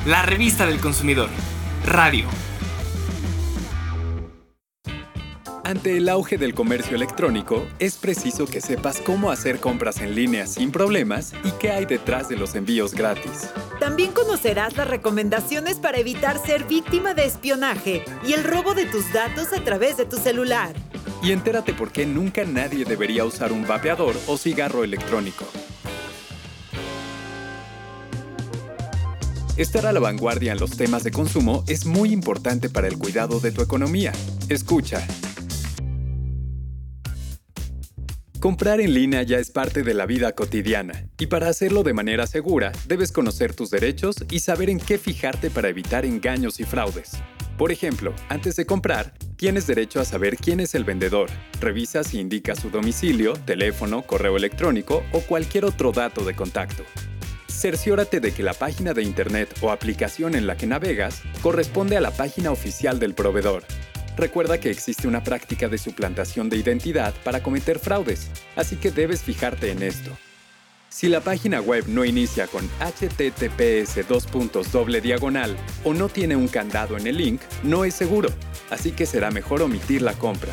La revista del consumidor. Radio. Ante el auge del comercio electrónico, es preciso que sepas cómo hacer compras en línea sin problemas y qué hay detrás de los envíos gratis. También conocerás las recomendaciones para evitar ser víctima de espionaje y el robo de tus datos a través de tu celular. Y entérate por qué nunca nadie debería usar un vapeador o cigarro electrónico. Estar a la vanguardia en los temas de consumo es muy importante para el cuidado de tu economía. Escucha. Comprar en línea ya es parte de la vida cotidiana, y para hacerlo de manera segura, debes conocer tus derechos y saber en qué fijarte para evitar engaños y fraudes. Por ejemplo, antes de comprar, tienes derecho a saber quién es el vendedor. Revisa si indica su domicilio, teléfono, correo electrónico o cualquier otro dato de contacto. Cerciórate de que la página de internet o aplicación en la que navegas corresponde a la página oficial del proveedor. Recuerda que existe una práctica de suplantación de identidad para cometer fraudes, así que debes fijarte en esto. Si la página web no inicia con https:// o no tiene un candado en el link, no es seguro, así que será mejor omitir la compra.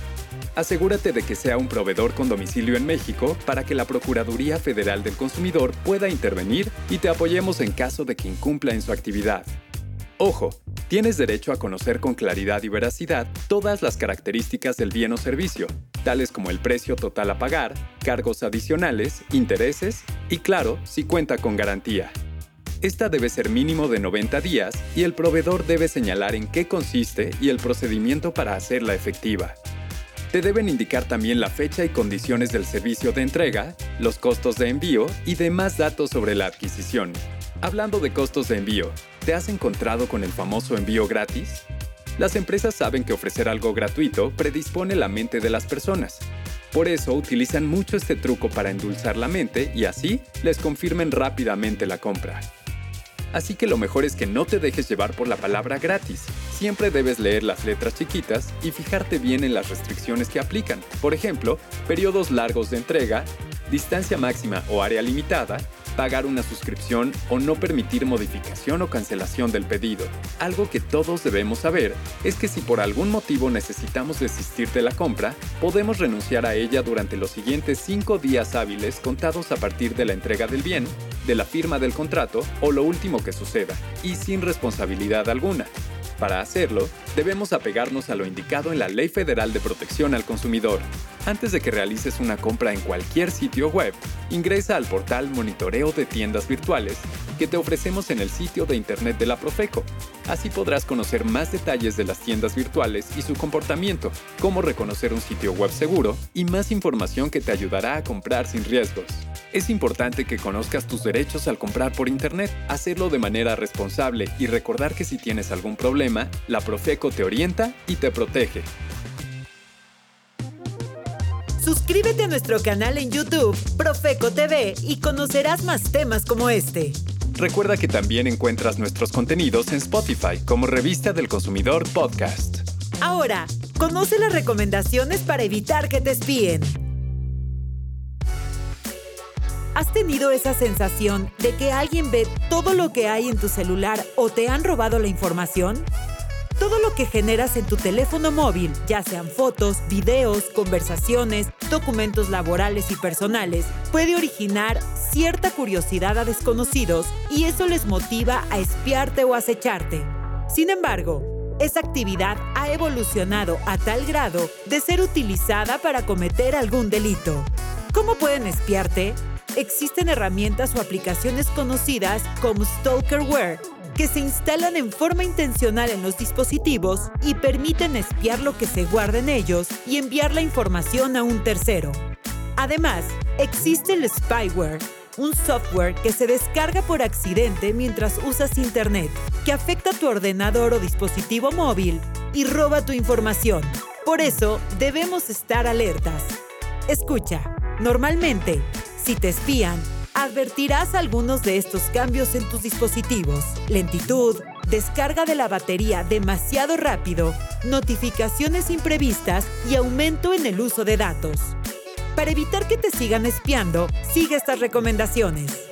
Asegúrate de que sea un proveedor con domicilio en México para que la Procuraduría Federal del Consumidor pueda intervenir y te apoyemos en caso de que incumpla en su actividad. Ojo, tienes derecho a conocer con claridad y veracidad todas las características del bien o servicio, tales como el precio total a pagar, cargos adicionales, intereses y, claro, si cuenta con garantía. Esta debe ser mínimo de 90 días y el proveedor debe señalar en qué consiste y el procedimiento para hacerla efectiva. Te deben indicar también la fecha y condiciones del servicio de entrega, los costos de envío y demás datos sobre la adquisición. Hablando de costos de envío, ¿te has encontrado con el famoso envío gratis? Las empresas saben que ofrecer algo gratuito predispone la mente de las personas. Por eso utilizan mucho este truco para endulzar la mente y así les confirmen rápidamente la compra. Así que lo mejor es que no te dejes llevar por la palabra gratis. Siempre debes leer las letras chiquitas y fijarte bien en las restricciones que aplican. Por ejemplo, periodos largos de entrega, distancia máxima o área limitada, pagar una suscripción o no permitir modificación o cancelación del pedido. Algo que todos debemos saber es que si por algún motivo necesitamos desistir de la compra, podemos renunciar a ella durante los siguientes 5 días hábiles contados a partir de la entrega del bien, de la firma del contrato o lo último que suceda, y sin responsabilidad alguna. Para hacerlo, debemos apegarnos a lo indicado en la Ley Federal de Protección al Consumidor. Antes de que realices una compra en cualquier sitio web, ingresa al portal Monitoreo de Tiendas Virtuales que te ofrecemos en el sitio de internet de la Profeco. Así podrás conocer más detalles de las tiendas virtuales y su comportamiento, cómo reconocer un sitio web seguro y más información que te ayudará a comprar sin riesgos. Es importante que conozcas tus derechos al comprar por internet, hacerlo de manera responsable y recordar que si tienes algún problema, la Profeco te orienta y te protege. Suscríbete a nuestro canal en YouTube, Profeco TV, y conocerás más temas como este. Recuerda que también encuentras nuestros contenidos en Spotify como Revista del Consumidor Podcast. Ahora, conoce las recomendaciones para evitar que te espíen. ¿Has tenido esa sensación de que alguien ve todo lo que hay en tu celular o te han robado la información? Todo lo que generas en tu teléfono móvil, ya sean fotos, videos, conversaciones, documentos laborales y personales, puede originar cierta curiosidad a desconocidos y eso les motiva a espiarte o acecharte. Sin embargo, esa actividad ha evolucionado a tal grado de ser utilizada para cometer algún delito. ¿Cómo pueden espiarte? Existen herramientas o aplicaciones conocidas como Stalkerware, que se instalan en forma intencional en los dispositivos y permiten espiar lo que se guarda en ellos y enviar la información a un tercero. Además, existe el spyware, un software que se descarga por accidente mientras usas Internet, que afecta tu ordenador o dispositivo móvil y roba tu información. Por eso, debemos estar alertas. Escucha, normalmente, si te espían, advertirás algunos de estos cambios en tus dispositivos: lentitud, descarga de la batería demasiado rápido, notificaciones imprevistas y aumento en el uso de datos. Para evitar que te sigan espiando, sigue estas recomendaciones.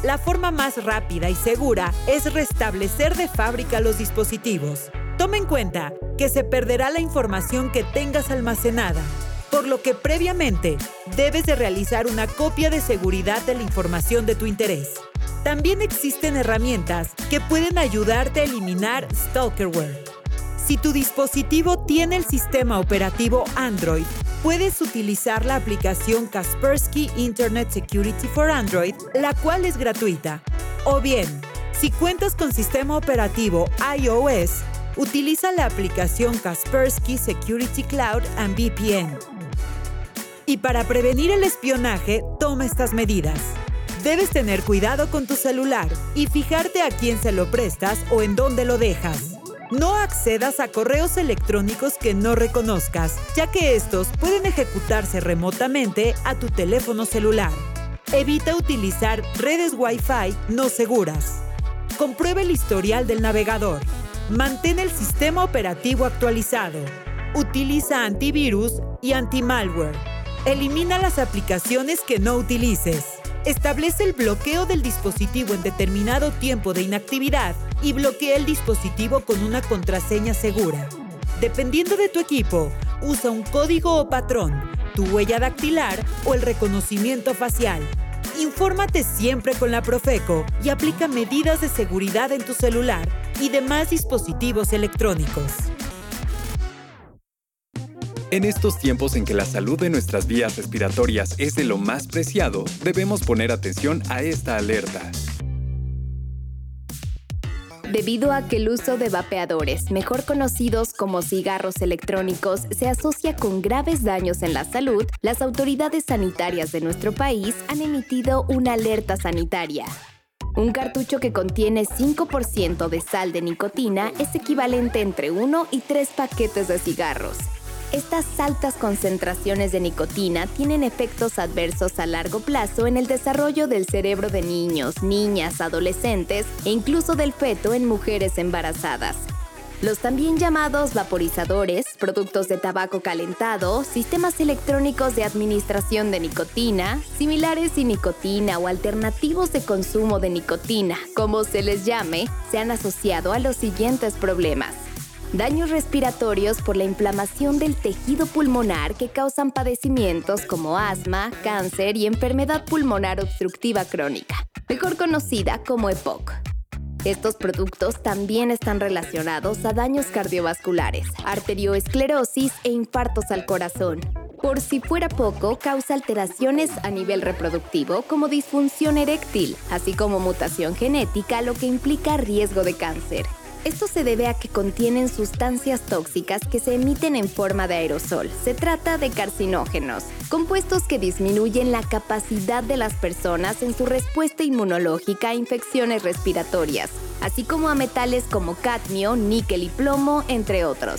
la forma más rápida y segura es restablecer de fábrica los dispositivos. Toma en cuenta que se perderá la información que tengas almacenada, por lo que previamente debes de realizar una copia de seguridad de la información de tu interés. También existen herrasmientas que pueden ayudarte a eliminar stalkerware. Si tu dispositivo tiene el sistema operativo Android, puedes utilizar la aplicación Kaspersky Internet Security for Android, la cual es gratuita. O bien, si cuentas con sistema operativo iOS, utiliza la aplicación Kaspersky Security Cloud and VPN. Y para prevenir el espionaje, toma estas medidas. Debes tener cuidado con tu celular y fijarte a quién se lo prestas o en dónde lo dejas. No accedas a correos electrónicos que no reconozcas, ya que estos pueden ejecutarse remotamente a tu teléfono celular. Evita utilizar redes Wi-Fi no seguras. Comprueba el historial del navegador. Mantén el sistema operativo actualizado. Utiliza antivirus y anti-malware. Elimina las aplicaciones que no utilices. Establece el bloqueo del dispositivo en determinado tiempo de inactividad y bloquea el dispositivo con una contraseña segura. Dependiendo de tu equipo, usa un código o patrón, tu huella dactilar o el reconocimiento facial. Infórmate siempre con la Profeco y aplica medidas de seguridad en tu celular y demás dispositivos electrónicos. En estos tiempos en que la salud de nuestras vías respiratorias es de lo más preciado, debemos poner atención a esta alerta. Debido a que el uso de vapeadores, mejor conocidos como cigarros electrónicos, se asocia con graves daños en la salud, las autoridades sanitarias de nuestro país han emitido una alerta sanitaria. Un cartucho que contiene 5% de sal de nicotina es equivalente entre 1 y 3 paquetes de cigarros. Estas altas concentraciones de nicotina tienen efectos adversos a largo plazo en el desarrollo del cerebro de niños, niñas, adolescentes e incluso del feto en mujeres embarazadas. Los también llamados vaporizadores, productos de tabaco calentado, sistemas electrónicos de administración de nicotina, similares sin nicotina o alternativos de consumo de nicotina, como se les llame, se han asociado a los siguientes problemas. Daños respiratorios por la inflamación del tejido pulmonar que causan padecimientos como asma, cáncer y enfermedad pulmonar obstructiva crónica, mejor conocida como EPOC. Estos productos también están relacionados a daños cardiovasculares, arterioesclerosis e infartos al corazón. Por si fuera poco, causa alteraciones a nivel reproductivo como disfunción eréctil, así como mutación genética, lo que implica riesgo de cáncer. Esto se debe a que contienen sustancias tóxicas que se emiten en forma de aerosol. Se trata de carcinógenos, compuestos que disminuyen la capacidad de las personas en su respuesta inmunológica a infecciones respiratorias, así como a metales como cadmio, níquel y plomo, entre otros.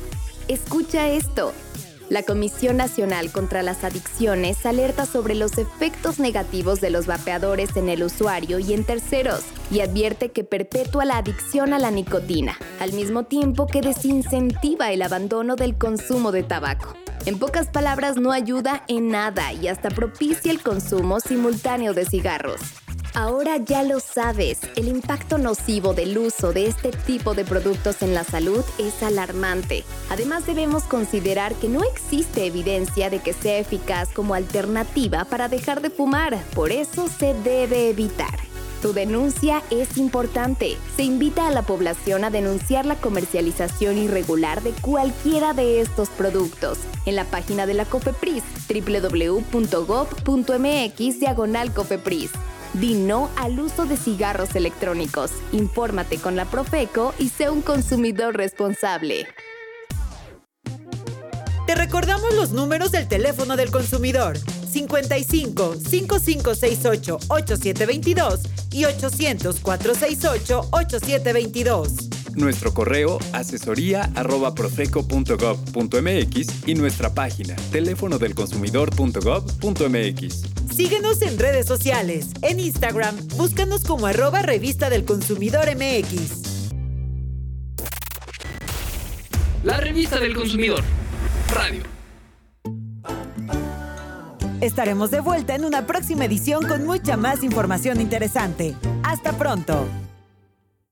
Escucha esto. La Comisión Nacional contra las Adicciones alerta sobre los efectos negativos de los vapeadores en el usuario y en terceros y advierte que perpetúa la adicción a la nicotina, al mismo tiempo que desincentiva el abandono del consumo de tabaco. En pocas palabras, no ayuda en nada y hasta propicia el consumo simultáneo de cigarros. Ahora ya lo sabes, el impacto nocivo del uso de este tipo de productos en la salud es alarmante. Además, debemos considerar que no existe evidencia de que sea eficaz como alternativa para dejar de fumar, por eso se debe evitar. Tu denuncia es importante. Se invita a la población a denunciar la comercialización irregular de cualquiera de estos productos en la página de la COFEPRIS, www.gov.mx/COFEPRIS. Di no al uso de cigarros electrónicos. Infórmate con la Profeco y sé un consumidor responsable. Te recordamos los números del teléfono del consumidor: 55 5568 8722 y 800 468 8722. Nuestro correo asesoría@profeco.gov.mx y nuestra página teléfonodelconsumidor.gov.mx. Síguenos en redes sociales. En Instagram, búscanos como @Revista del Consumidor MX. La Revista del Consumidor. Radio. Estaremos de vuelta en una próxima edición con mucha más información interesante. ¡Hasta pronto!